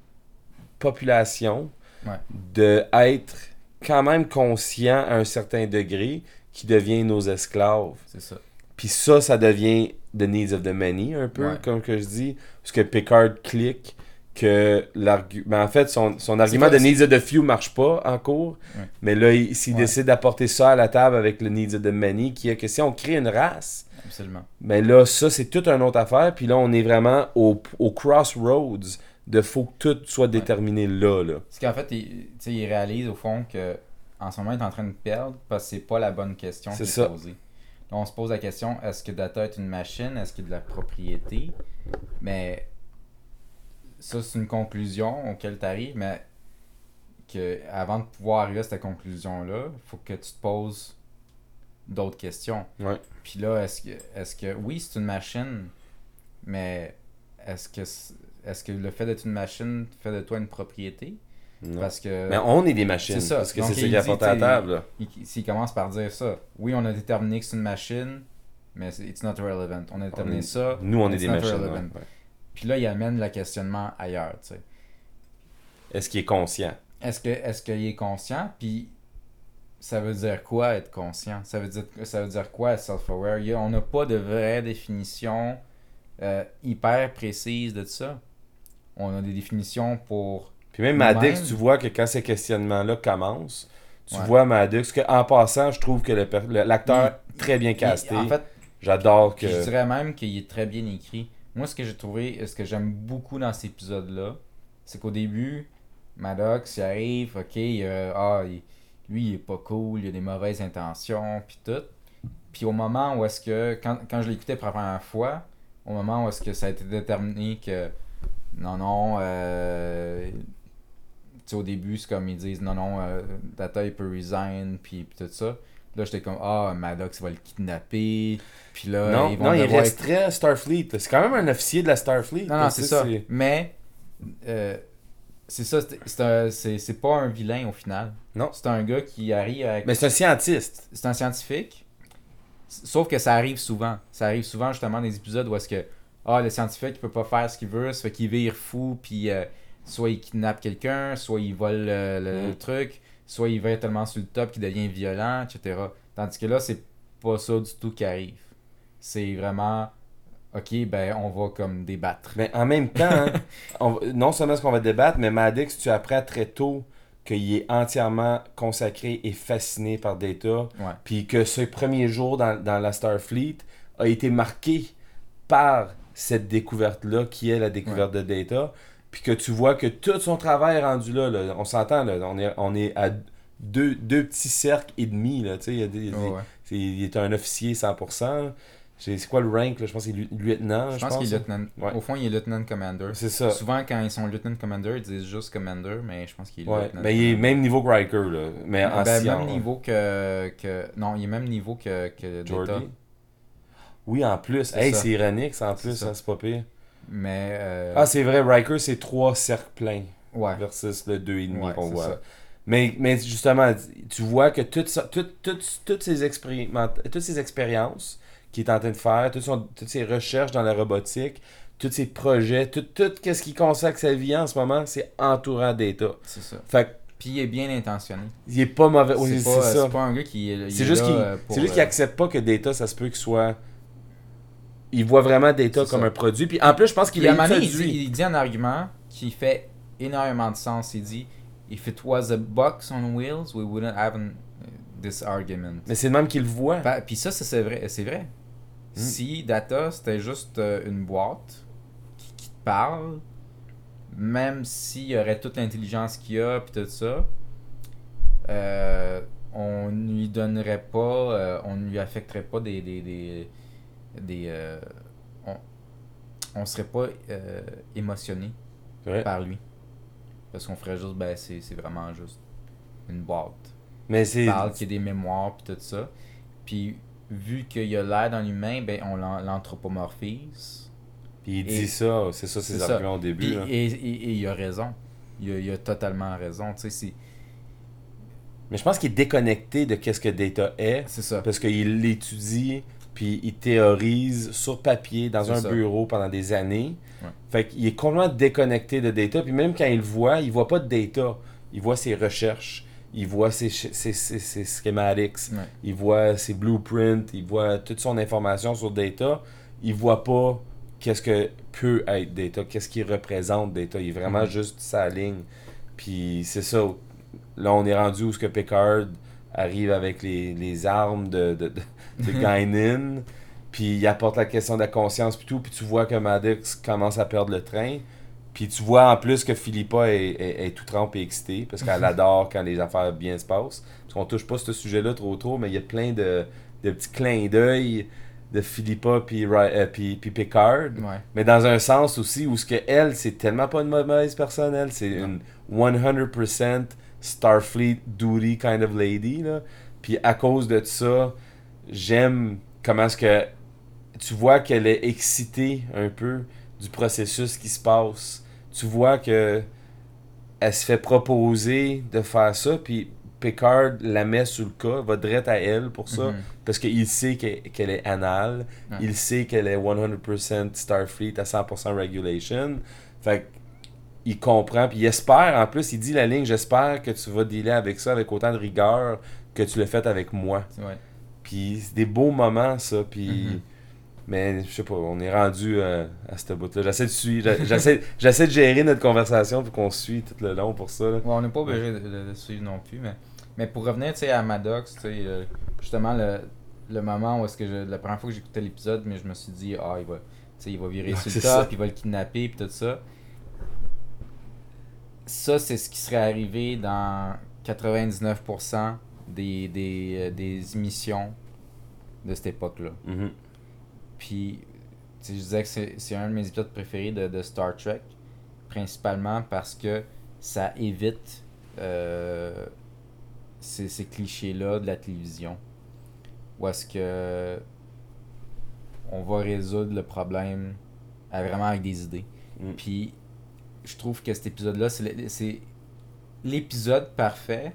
population de être quand même conscient à un certain degré qui devient nos esclaves. C'est ça. Puis ça devient the needs of the many, un peu, comme que je dis. Parce que Picard clique que l'argument... en fait, son argument de needs of the few marche pas en cours. Ouais. Mais là, s'il décide d'apporter ça à la table avec le needs of the many, qui est que si on crée une race... Absolument. Mais là, ça, c'est toute une autre affaire. Puis là, on est vraiment au crossroads de faut que tout soit déterminé là. Parce qu'en fait, il réalise au fond que en ce moment, il est en train de perdre parce que c'est pas la bonne question qui est posée. Là, on se pose la question, est-ce que Data est une machine? Est-ce qu'il y a de la propriété? Mais ça, c'est une conclusion auquelle tu arrives, mais que avant de pouvoir arriver à cette conclusion-là, il faut que tu te poses d'autres questions. Ouais. Puis là, est-ce que oui, c'est une machine, mais est-ce que le fait d'être une machine fait de toi une propriété? Non. Parce que... Mais on est des machines. C'est ça. Parce que c'est ça qu'il a porté à la table. S'il commence par dire ça, oui, on a déterminé que c'est une machine, mais it's not relevant. On a déterminé ça. Nous, on est des machines. Ouais. Puis là, il amène le questionnement ailleurs, tu sais. Est-ce qu'il est conscient? Est-ce qu'il est conscient? Puis ça veut dire quoi être conscient? Ça veut dire quoi être self-aware? On n'a pas de vraie définition hyper précise de ça. On a des définitions pour... Puis même Maddox, tu vois que quand ces questionnements-là commencent, tu vois Maddox, que en passant, je trouve que l'acteur est très bien casté. En fait, j'adore que... Je dirais même qu'il est très bien écrit. Moi, ce que j'ai trouvé, ce que j'aime beaucoup dans cet épisode-là, c'est qu'au début, Maddox, il arrive, ok, lui, il est pas cool, il a des mauvaises intentions, puis tout. Puis au moment où est-ce que, quand je l'écoutais pour la première fois, au moment où est-ce que ça a été déterminé que, non, au début, c'est comme ils disent, non, Data, il peut resign, puis tout ça. Là, j'étais comme, Maddox va le kidnapper. Puis là, il resterait Starfleet. C'est quand même un officier de la Starfleet. Non, c'est ça. Mais, c'est ça, c'est pas un vilain au final. Non. C'est un gars qui arrive avec... Mais c'est un scientiste. C'est un scientifique. Sauf que ça arrive souvent. Ça arrive souvent, justement, dans des épisodes où est-ce que, le scientifique, il peut pas faire ce qu'il veut, ça fait qu'il vire fou, puis soit il kidnappe quelqu'un, soit il vole le truc, soit il va tellement sur le top qu'il devient violent, etc. Tandis que là, c'est pas ça du tout qui arrive. C'est vraiment, ok, on va comme débattre. Mais en même temps, non seulement est-ce qu'on va débattre, mais Maddox, tu apprends très tôt qu'il est entièrement consacré et fasciné par Data, Ouais. puis que ce premier jour dans la Starfleet a été marqué par cette découverte-là, qui est la découverte de Data, puis que tu vois que tout son travail est rendu là, on s'entend, là, on est à deux petits cercles et demi, là, tu sais, Ouais. il est un officier 100%. C'est quoi le rank, là? Je pense que c'est lieutenant, Je pense qu'il est lieutenant. Ouais. Au fond, il est lieutenant commander. C'est ça. Souvent, quand ils sont lieutenant commander, ils disent juste commander, mais je pense qu'il est Ouais, lieutenant mais il est commander. même niveau que Riker, là, mais en Ben, science. même niveau que... Non, il est même niveau que Data. Jordi. Oui, en plus. C'est Hey, ça. c'est ironique, ça, en C'est plus, ça. hein, c'est pas pire. Mais... Ah, c'est vrai, Riker, c'est 3 cercles pleins ouais. versus le 2,5 Ouais, qu'on c'est voit. ça. Mais justement, tu vois que toutes ces expériences qu'il est en train de faire, toutes ces recherches dans la robotique, tous ces projets, tout ce qui consacre sa vie en ce moment, c'est entourant Data. C'est ça. Fait que Puis il est bien intentionné. il est pas mauvais. Oui, C'est c'est ça. pas un gars qui il C'est est juste là, qu'il pour, c'est juste qu'il accepte pas que Data, ça se peut qu'il soit. Il voit vraiment Data C'est comme ça. un produit. Puis en plus, je pense qu'il Puis à a un moment donné, introduit. il dit un argument qui fait énormément de sens. Il dit If it was a box on wheels, we wouldn't have this argument. Mais c'est le même qu'il le voit. Puis ça, c'est vrai. C'est vrai. Si Data, c'était juste une boîte qui te parle, même s'il y aurait toute l'intelligence qu'il y a, puis tout ça, on lui donnerait pas, on ne lui affecterait pas on serait pas émotionné Ouais. par lui. Parce qu'on ferait juste, ben, c'est vraiment juste une boîte. Mais Il c'est. parle qu'il y a des mémoires, puis tout ça. Puis, vu qu'il y a l'air d'un humain, ben, on l'anthropomorphise. Puis il Et- dit ça, c'est ça ses C'est ça. arguments au début. Puis, là. et il a raison. Il a totalement raison. Tu sais, Mais je pense qu'il est déconnecté de qu'est-ce que Data est. c'est ça. Parce qu'il l'étudie, puis il théorise sur papier dans C'est un ça. bureau pendant des années. Ouais. Fait qu'il est complètement déconnecté de Data. Puis même quand il voit pas de Data. Il voit ses recherches. Il voit ses schematics. Ouais. Il voit ses blueprints. Il voit toute son information sur Data. Il voit pas qu'est-ce que peut être Data. Qu'est-ce qu'il représente Data. Il est vraiment juste sa ligne. Puis c'est ça. Là, on est rendu où ce que Picard arrive avec les armes de Guinan, puis il apporte la question de la conscience puis tout, puis tu vois que Maddox commence à perdre le train, puis tu vois en plus que Philippa est tout trempe et excitée, parce qu'elle adore quand les affaires bien se passent, parce qu'on touche pas ce sujet-là trop, mais il y a plein de petits clins d'œil de Philippa puis Picard, Ouais. mais dans un sens aussi où ce que elle, c'est tellement pas une mauvaise personne, elle, c'est une 100% Starfleet duty kind of lady, là. Puis à cause de ça, j'aime comment est-ce que tu vois qu'elle est excitée un peu du processus qui se passe. Tu vois que elle se fait proposer de faire ça, puis Picard la met sur le cas, va direct à elle pour ça, parce qu'il sait qu'elle est anale, Ouais. il sait qu'elle est 100% Starfleet à 100% regulation. Fait que il comprend, puis il espère, en plus, il dit la ligne, j'espère que tu vas dealer avec ça avec autant de rigueur que tu l'as fait avec moi. Ouais. Puis c'est des beaux moments, ça, puis... Mhm. Mais je sais pas, on est rendu à ce bout-là. J'essaie de suivre, j'essaie de gérer notre conversation pour qu'on suit tout le long pour ça. Là. Ouais, on n'est pas obligé de suivre non plus, mais pour revenir, tu sais, à Maddox, tu sais, justement, le moment où est-ce que la première fois que j'écoutais l'épisode, mais je me suis dit, ah, il va virer sur le c'est ça. top, il va le kidnapper, puis tout ça. Ça, c'est ce qui serait arrivé dans 99% des émissions de cette époque-là. Mhm. Puis, tu sais, je disais que c'est un de mes épisodes préférés de Star Trek, principalement parce que ça évite ces clichés-là de la télévision. Où est-ce que on va résoudre le problème vraiment avec des idées. Mm. Puis, je trouve que cet épisode-là, c'est l'épisode parfait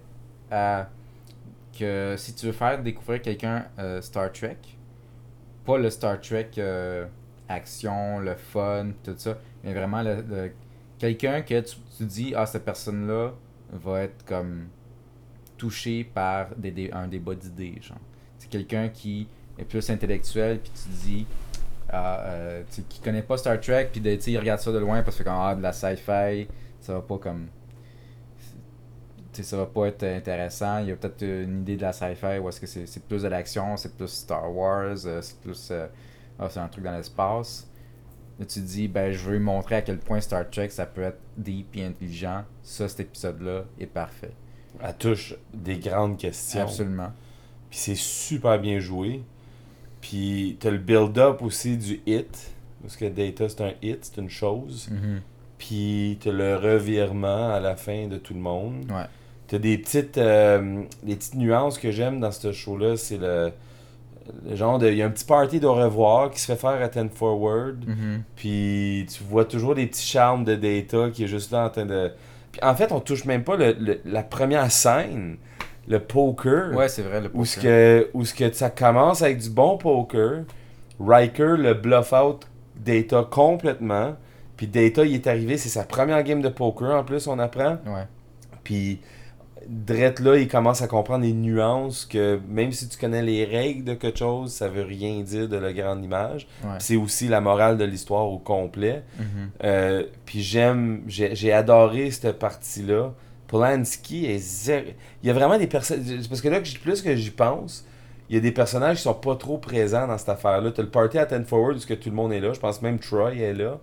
que si tu veux faire découvrir quelqu'un Star Trek, pas le Star Trek action, le fun, tout ça, mais vraiment quelqu'un que tu dis, ah, cette personne-là va être comme touchée par un débat d'idées, genre. C'est quelqu'un qui est plus intellectuel, puis tu dis, qui connaît pas Star Trek, puis il regarde ça de loin parce que quand de la sci-fi, ça va pas comme... sais, ça va pas être intéressant. Il y a peut-être une idée de la sci-fi où est-ce que c'est plus de l'action, c'est plus Star Wars, c'est plus. C'est un truc dans l'espace. Là, tu te dis, ben, je veux lui montrer à quel point Star Trek ça peut être deep et intelligent. Ça, cet épisode-là est parfait. Elle touche des grandes questions. Absolument. Puis c'est super bien joué. Puis t'as le build-up aussi du hit. Parce que Data, c'est un hit, c'est une chose. Mhm. Puis t'as le revirement à la fin de tout le monde. Ouais. T'as des petites nuances que j'aime dans ce show-là. C'est le genre de... Il y a un petit party d'au revoir qui se fait faire à Ten Forward. Mhm. Puis tu vois toujours des petits charmes de Data qui est juste là en train de... Puis en fait, on touche même pas la première scène, le poker. Ouais, c'est vrai, le Où ce poker. que ça commence avec du bon poker. Riker le bluff out Data complètement. Puis Data, il est arrivé, c'est sa première game de poker en plus, on apprend. Ouais. Puis Drette là, il commence à comprendre les nuances que même si tu connais les règles de quelque chose, ça veut rien dire de la grande image. Ouais. C'est aussi la morale de l'histoire au complet. Mhm. Puis j'ai adoré cette partie-là. Polanski est zéro. Il y a vraiment des personnages. Parce que là, plus que j'y pense, il y a des personnages qui sont pas trop présents dans cette affaire-là. T'as le party à Ten Forward où tout le monde est là. Je pense même Troy est là.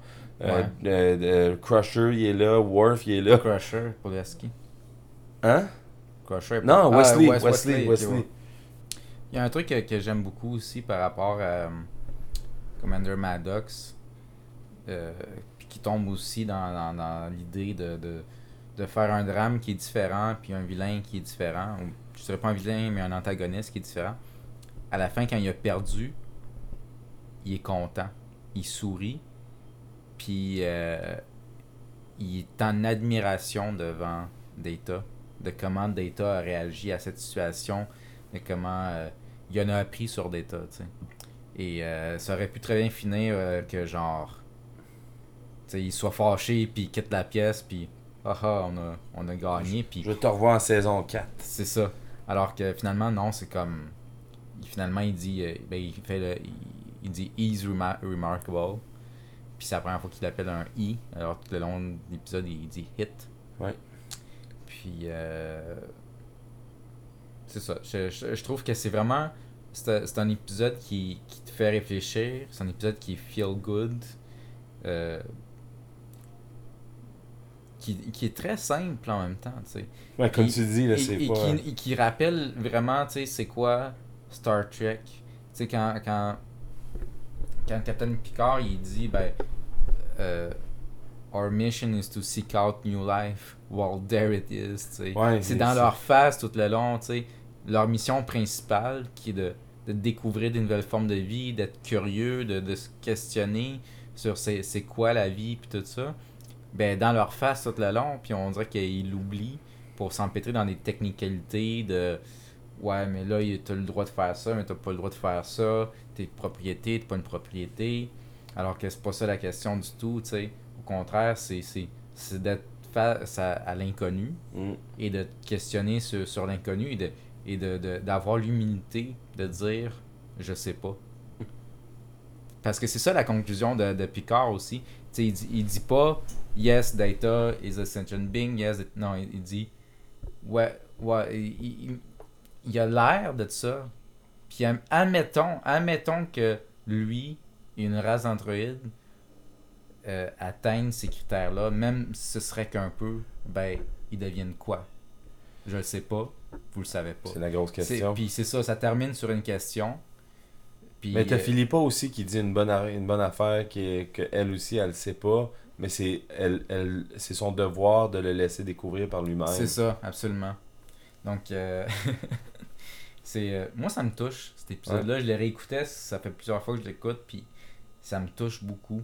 Crusher, il est là. Worf, il est là. Crusher, Pulaski. Hein? Crusher. Non, Wesley. Wesley. Wesley. Il y a un truc que j'aime beaucoup aussi par rapport à Commander Maddox, puis qui tombe aussi dans l'idée de faire un drame qui est différent, puis un vilain qui est différent. Ou, je dirais pas un vilain, mais un antagoniste qui est différent. À la fin, quand il a perdu, il est content. Il sourit, puis il est en admiration devant Data, de comment Data a réagi à cette situation, de comment il en a appris sur Data, tu sais. Et ça aurait pu très bien finir que genre, tu sais, il soit fâché, puis il quitte la pièce, puis on a gagné, puis Je te revois en saison 4. c'est ça. Alors que finalement, non, c'est comme. Finalement, il dit. Il dit He's remarkable. Puis c'est la première fois qu'il appelle un E. Alors tout le long de l'épisode, il dit Hit. Ouais. Puis. C'est ça. Je trouve que c'est vraiment. C'est un épisode qui te fait réfléchir. C'est un épisode qui est feel good. Qui est très simple en même temps, tu sais. Ouais, comme Puis- tu dis, là, c'est pas. qui rappelle vraiment, tu sais, c'est quoi Star Trek. Tu sais, quand Captain Picard, il dit, ben, Our mission is to seek out new life. Well, there it is, tu sais. Ouais, C'est dans leur face tout le long, tu sais. Leur mission principale, qui est de découvrir des nouvelles formes de vie, d'être curieux, de se questionner sur c'est quoi la vie, puis tout ça. Ben, dans leur face tout le long, puis on dirait qu'ils l'oublient pour s'empêtrer dans des technicalités de ouais, mais là, t'as le droit de faire ça, mais t'as pas le droit de faire ça, t'es propriété, t'es pas une propriété, alors que c'est pas ça la question du tout, tu sais. Au contraire, c'est d'être face à l'inconnu Mm. et de te questionner sur l'inconnu et d'avoir l'humilité de dire je sais pas. Parce que c'est ça la conclusion de Picard aussi. Tu sais, il dit pas yes, Data is a sentient being, yes, non, il dit ouais, il a l'air de ça. Puis admettons que lui et une race d'androïdes atteignent ces critères-là, même si ce serait qu'un peu, ben, ils deviennent quoi? Je le sais pas, vous le savez pas. C'est la grosse question. Puis c'est ça termine sur une question. Puis, Mais t'as Philippa aussi qui dit une bonne affaire que elle aussi, elle le sait pas, mais c'est son devoir de le laisser découvrir par lui-même. c'est ça, absolument. Donc, moi, ça me touche, cet épisode-là. Je le réécoutais, ça fait plusieurs fois que je l'écoute, puis ça me touche beaucoup.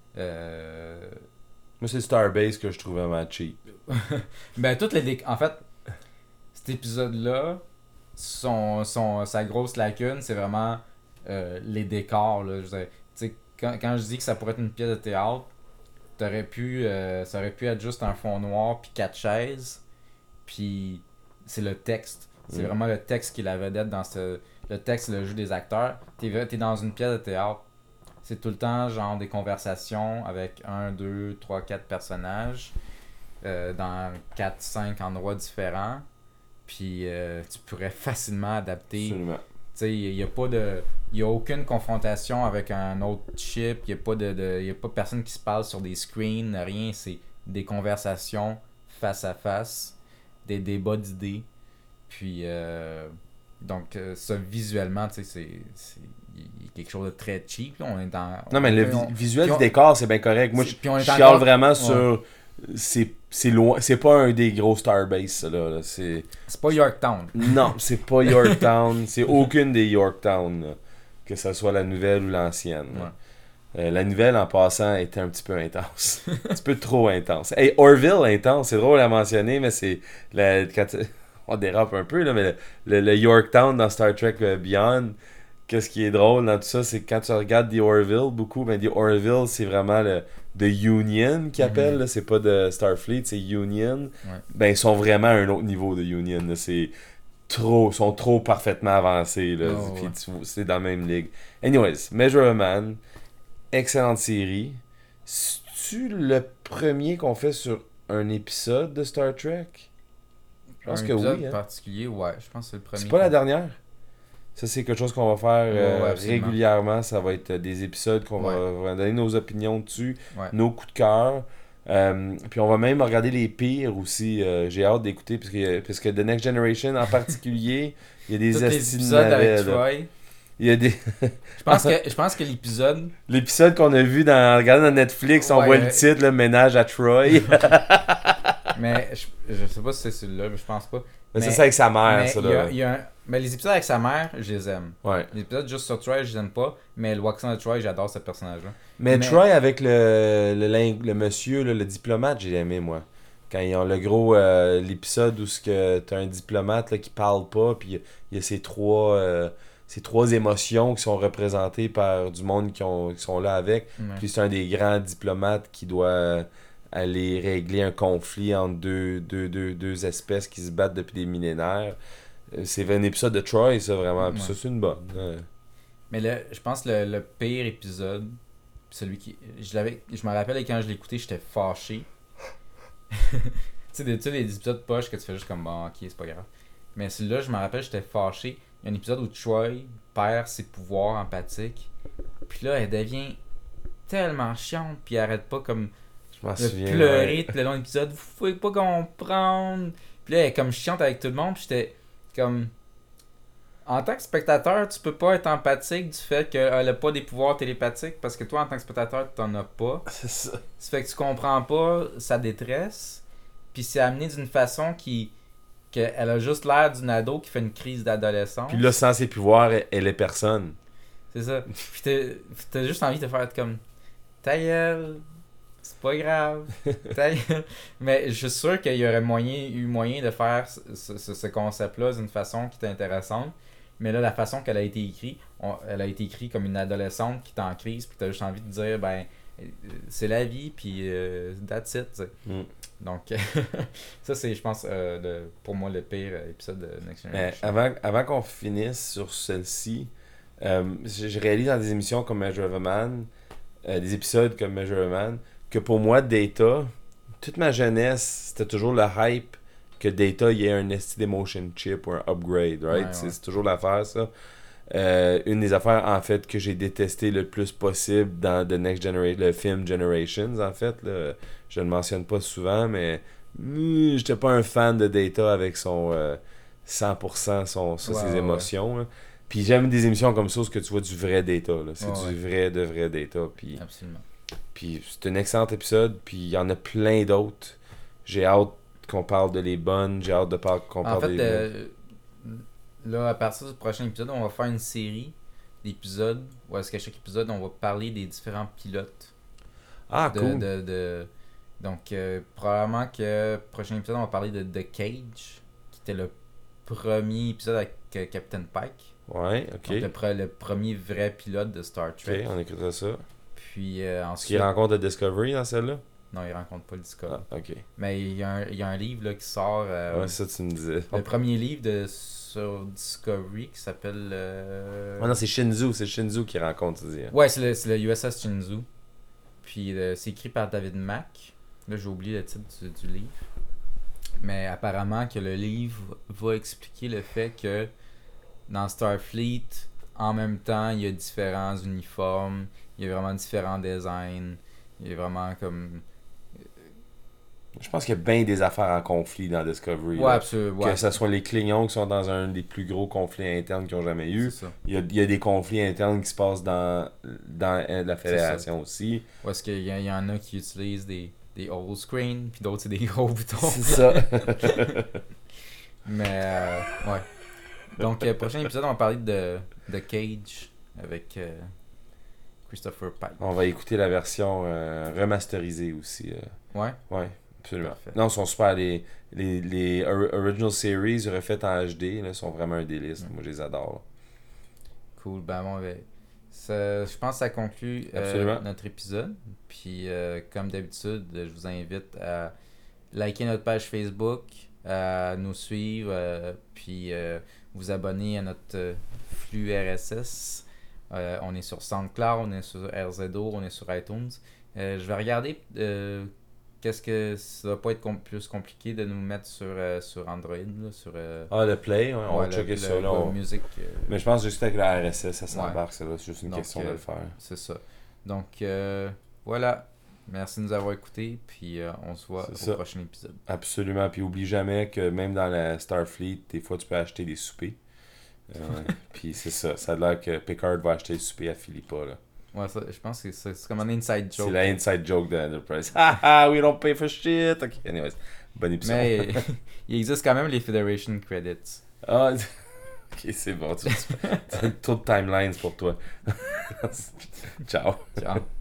Moi, c'est Starbase que je trouvais vraiment cheap. Ben, en fait, cet épisode-là, sa grosse lacune, c'est vraiment les décors. Là. Je veux dire, tu sais, quand je dis que ça pourrait être une pièce de théâtre, ça aurait pu être juste un fond noir puis 4 chaises. Puis c'est le texte. C'est vraiment le texte qui est la vedette dans le texte, le jeu des acteurs. T'es dans une pièce de théâtre. C'est tout le temps genre des conversations avec 1, 2, 3, 4 personnages. dans 4-5 endroits différents. Puis tu pourrais facilement adapter. Absolument. Tu sais, il n'y a aucune confrontation avec un autre chip. Il n'y a pas personne qui se parle sur des screens, rien. C'est des conversations face à face, des débats d'idées. Puis, donc, ça, visuellement, tu sais, il y a quelque chose de très cheap. Là. On est dans, Non, mais le visuel du décor, c'est bien correct. Moi, je chiale chiale vraiment sur... C'est loin, c'est pas un des gros Starbase, ça, là. C'est pas Yorktown. Non, c'est pas Yorktown. C'est aucune des Yorktown, là. Que ce soit la nouvelle ou l'ancienne. Ouais. La nouvelle, en passant, était un petit peu intense. Un petit peu trop intense. Hey, Orville, intense, c'est drôle à mentionner, mais c'est... On dérape un peu, là, mais le Yorktown dans Star Trek Beyond, qu'est-ce qui est drôle dans tout ça, c'est que quand tu regardes The Orville, beaucoup, ben The Orville, c'est vraiment The Union qu'ils appellent, là, c'est pas de Starfleet, c'est Union. Ouais. Ben, ils sont vraiment à un autre niveau de Union, là, sont trop parfaitement avancés, là, puis c'est dans la même ligue. Anyways, Measure of a Man, excellente série. C'est-tu le premier qu'on fait sur un épisode de Star Trek? Je pense que oui. Un particulier, ouais, je pense que c'est le premier. C'est pas la dernière? Ça, c'est quelque chose qu'on va faire régulièrement. Ça va être des épisodes qu'on va donner nos opinions dessus, nos coups de cœur. Puis on va même regarder les pires aussi. J'ai hâte d'écouter, parce que The Next Generation en particulier, il y a des épisodes avec Troy. Il y a des... je pense que l'épisode... L'épisode qu'on a vu en regardant dans Netflix, on voit le titre, le Ménage à Troy. Mais je sais pas si c'est celui-là, mais je pense pas. Mais c'est ça avec sa mère, ça là. Mais les épisodes avec sa mère, je les aime. Ouais. Les épisodes juste sur Troy, je les aime pas. Mais le Waxon de Troy, j'adore ce personnage-là. Mais Troy avec le monsieur, là, le diplomate, j'ai aimé, moi. Quand ils ont le gros l'épisode où t'as un diplomate là, qui parle pas, puis il y a ces trois émotions qui sont représentées par du monde qui sont là avec. Puis c'est un des grands diplomates qui doit aller régler un conflit entre deux espèces qui se battent depuis des millénaires. C'est un épisode de Troy, ça, vraiment. Puis ça, c'est une bonne. Mais je pense que le pire épisode, celui qui... Je me rappelle quand je l'ai écouté, j'étais fâché. Tu sais, les épisodes poche que tu fais juste comme bon, ok, c'est pas grave. Mais celui-là, je me rappelle, j'étais fâché. Il y a un épisode où Troy perd ses pouvoirs empathiques. Puis là, elle devient tellement chiante, puis elle arrête pas comme de pleurer tout le long de l'épisode. Vous pouvez pas comprendre. Puis là, elle est comme chiante avec tout le monde, puis j'étais comme... En tant que spectateur, tu peux pas être empathique du fait qu'elle a pas des pouvoirs télépathiques, parce que toi, en tant que spectateur, t'en as pas. C'est ça. Ça fait que tu comprends pas sa détresse, puis c'est amené d'une façon qu'elle a juste l'air d'une ado qui fait une crise d'adolescence. Puis là, sans ses pouvoirs, elle est personne. C'est ça. Puis t'as juste envie de faire comme ta gueule, c'est pas grave. Ta gueule. Mais je suis sûr qu'il y aurait eu moyen de faire ce concept-là d'une façon qui était intéressante. Mais là, la façon qu'elle a été écrite, elle a été écrite comme une adolescente qui est en crise, puis t'as juste envie de dire, ben, c'est la vie, puis that's it, tu sais. Donc, ça, c'est, je pense, pour moi, le pire épisode de Next Generation. Avant qu'on finisse sur celle-ci, je réalise dans des émissions comme Measure of a Man, des épisodes comme Measure of a Man, que pour moi, Data, toute ma jeunesse, c'était toujours le hype que Data y ait un STD Motion Chip ou un upgrade, right? Ouais. C'est toujours l'affaire, ça. Une des affaires, en fait, que j'ai détesté le plus possible dans The Next Generation, le film Generations, en fait, là, je ne le mentionne pas souvent, mais j'étais pas un fan de Data avec son 100% ses émotions. Là. Puis j'aime des émissions comme ça où tu vois du vrai Data. Là. C'est du vrai Data. Puis, absolument. Puis c'est un excellent épisode, puis il y en a plein d'autres. J'ai hâte qu'on parle de les bonnes, j'ai hâte qu'on parle des bonnes. Là, à partir du prochain épisode, on va faire une série d'épisodes où est-ce qu'à chaque épisode, on va parler des différents pilotes. Ah, cool. Donc, probablement que prochain épisode, on va parler de The Cage, qui était le premier épisode avec Captain Pike. Ouais, ok. Donc, le premier vrai pilote de Star Trek. Ok, on écoutera ça. Puis ensuite... Est-ce qu'il rencontre le Discovery dans celle-là? Non, il rencontre pas le Discovery. Ah, ok. Mais il y a un livre là, qui sort... ouais, ça tu me disais. Le premier livre sur Discovery qui s'appelle... Ah non, c'est Shinzu qui rencontre, tu dis. Ouais, c'est le USS Shinzu. Puis c'est écrit par David Mack. Là, j'ai oublié le titre du livre. Mais apparemment que le livre va expliquer le fait que dans Starfleet, en même temps, il y a différents uniformes, il y a vraiment différents designs, il y a vraiment comme... Je pense qu'il y a bien des affaires en conflit dans Discovery. Ouais, là. absolument. Que ce soit les Klingons qui sont dans un des plus gros conflits internes qu'ils ont jamais eu. C'est ça. Il y a des conflits internes qui se passent dans la Fédération aussi. Ou est-ce qu'il y en a qui utilisent des old screen, puis d'autres c'est des gros boutons. C'est ça. Mais, ouais. Donc, prochain épisode, on va parler de Cage avec Christopher Pike. On va écouter la version remasterisée aussi. Ouais. Ouais, absolument. Parfait. Non, ils sont super. Les original series refaites en HD là, sont vraiment un délice. Moi, je les adore. Là. Cool. Ben, bon, je pense que ça conclut notre épisode. Puis, comme d'habitude, je vous invite à liker notre page Facebook, à nous suivre, puis vous abonner à notre flux RSS. On est sur SoundCloud, on est sur RZO, on est sur iTunes. Je vais regarder qu'est-ce que ça va pas être plus compliqué de nous mettre sur Android. Là, sur, le Play, on va checker ça. Là, musique, mais je pense juste avec la RSS, ça s'embarque. Ouais. C'est juste une Donc, question de le faire. C'est ça. Donc, voilà. Merci de nous avoir écoutés. Puis on se voit au prochain épisode. Absolument. Puis oublie jamais que même dans la Starfleet, des fois, tu peux acheter des soupers. Puis c'est ça. Ça a l'air que Picard va acheter le souper à Philippa. Là. Ouais, ça, je pense que c'est comme un inside joke. C'est la inside joke de Enterprise. Haha, we don't pay for shit. Ok, anyways. Bon épisode. Mais il existe quand même les Federation Credits. Ah, ok, c'est bon. Tu as trop de timelines pour toi. Ciao. Ciao.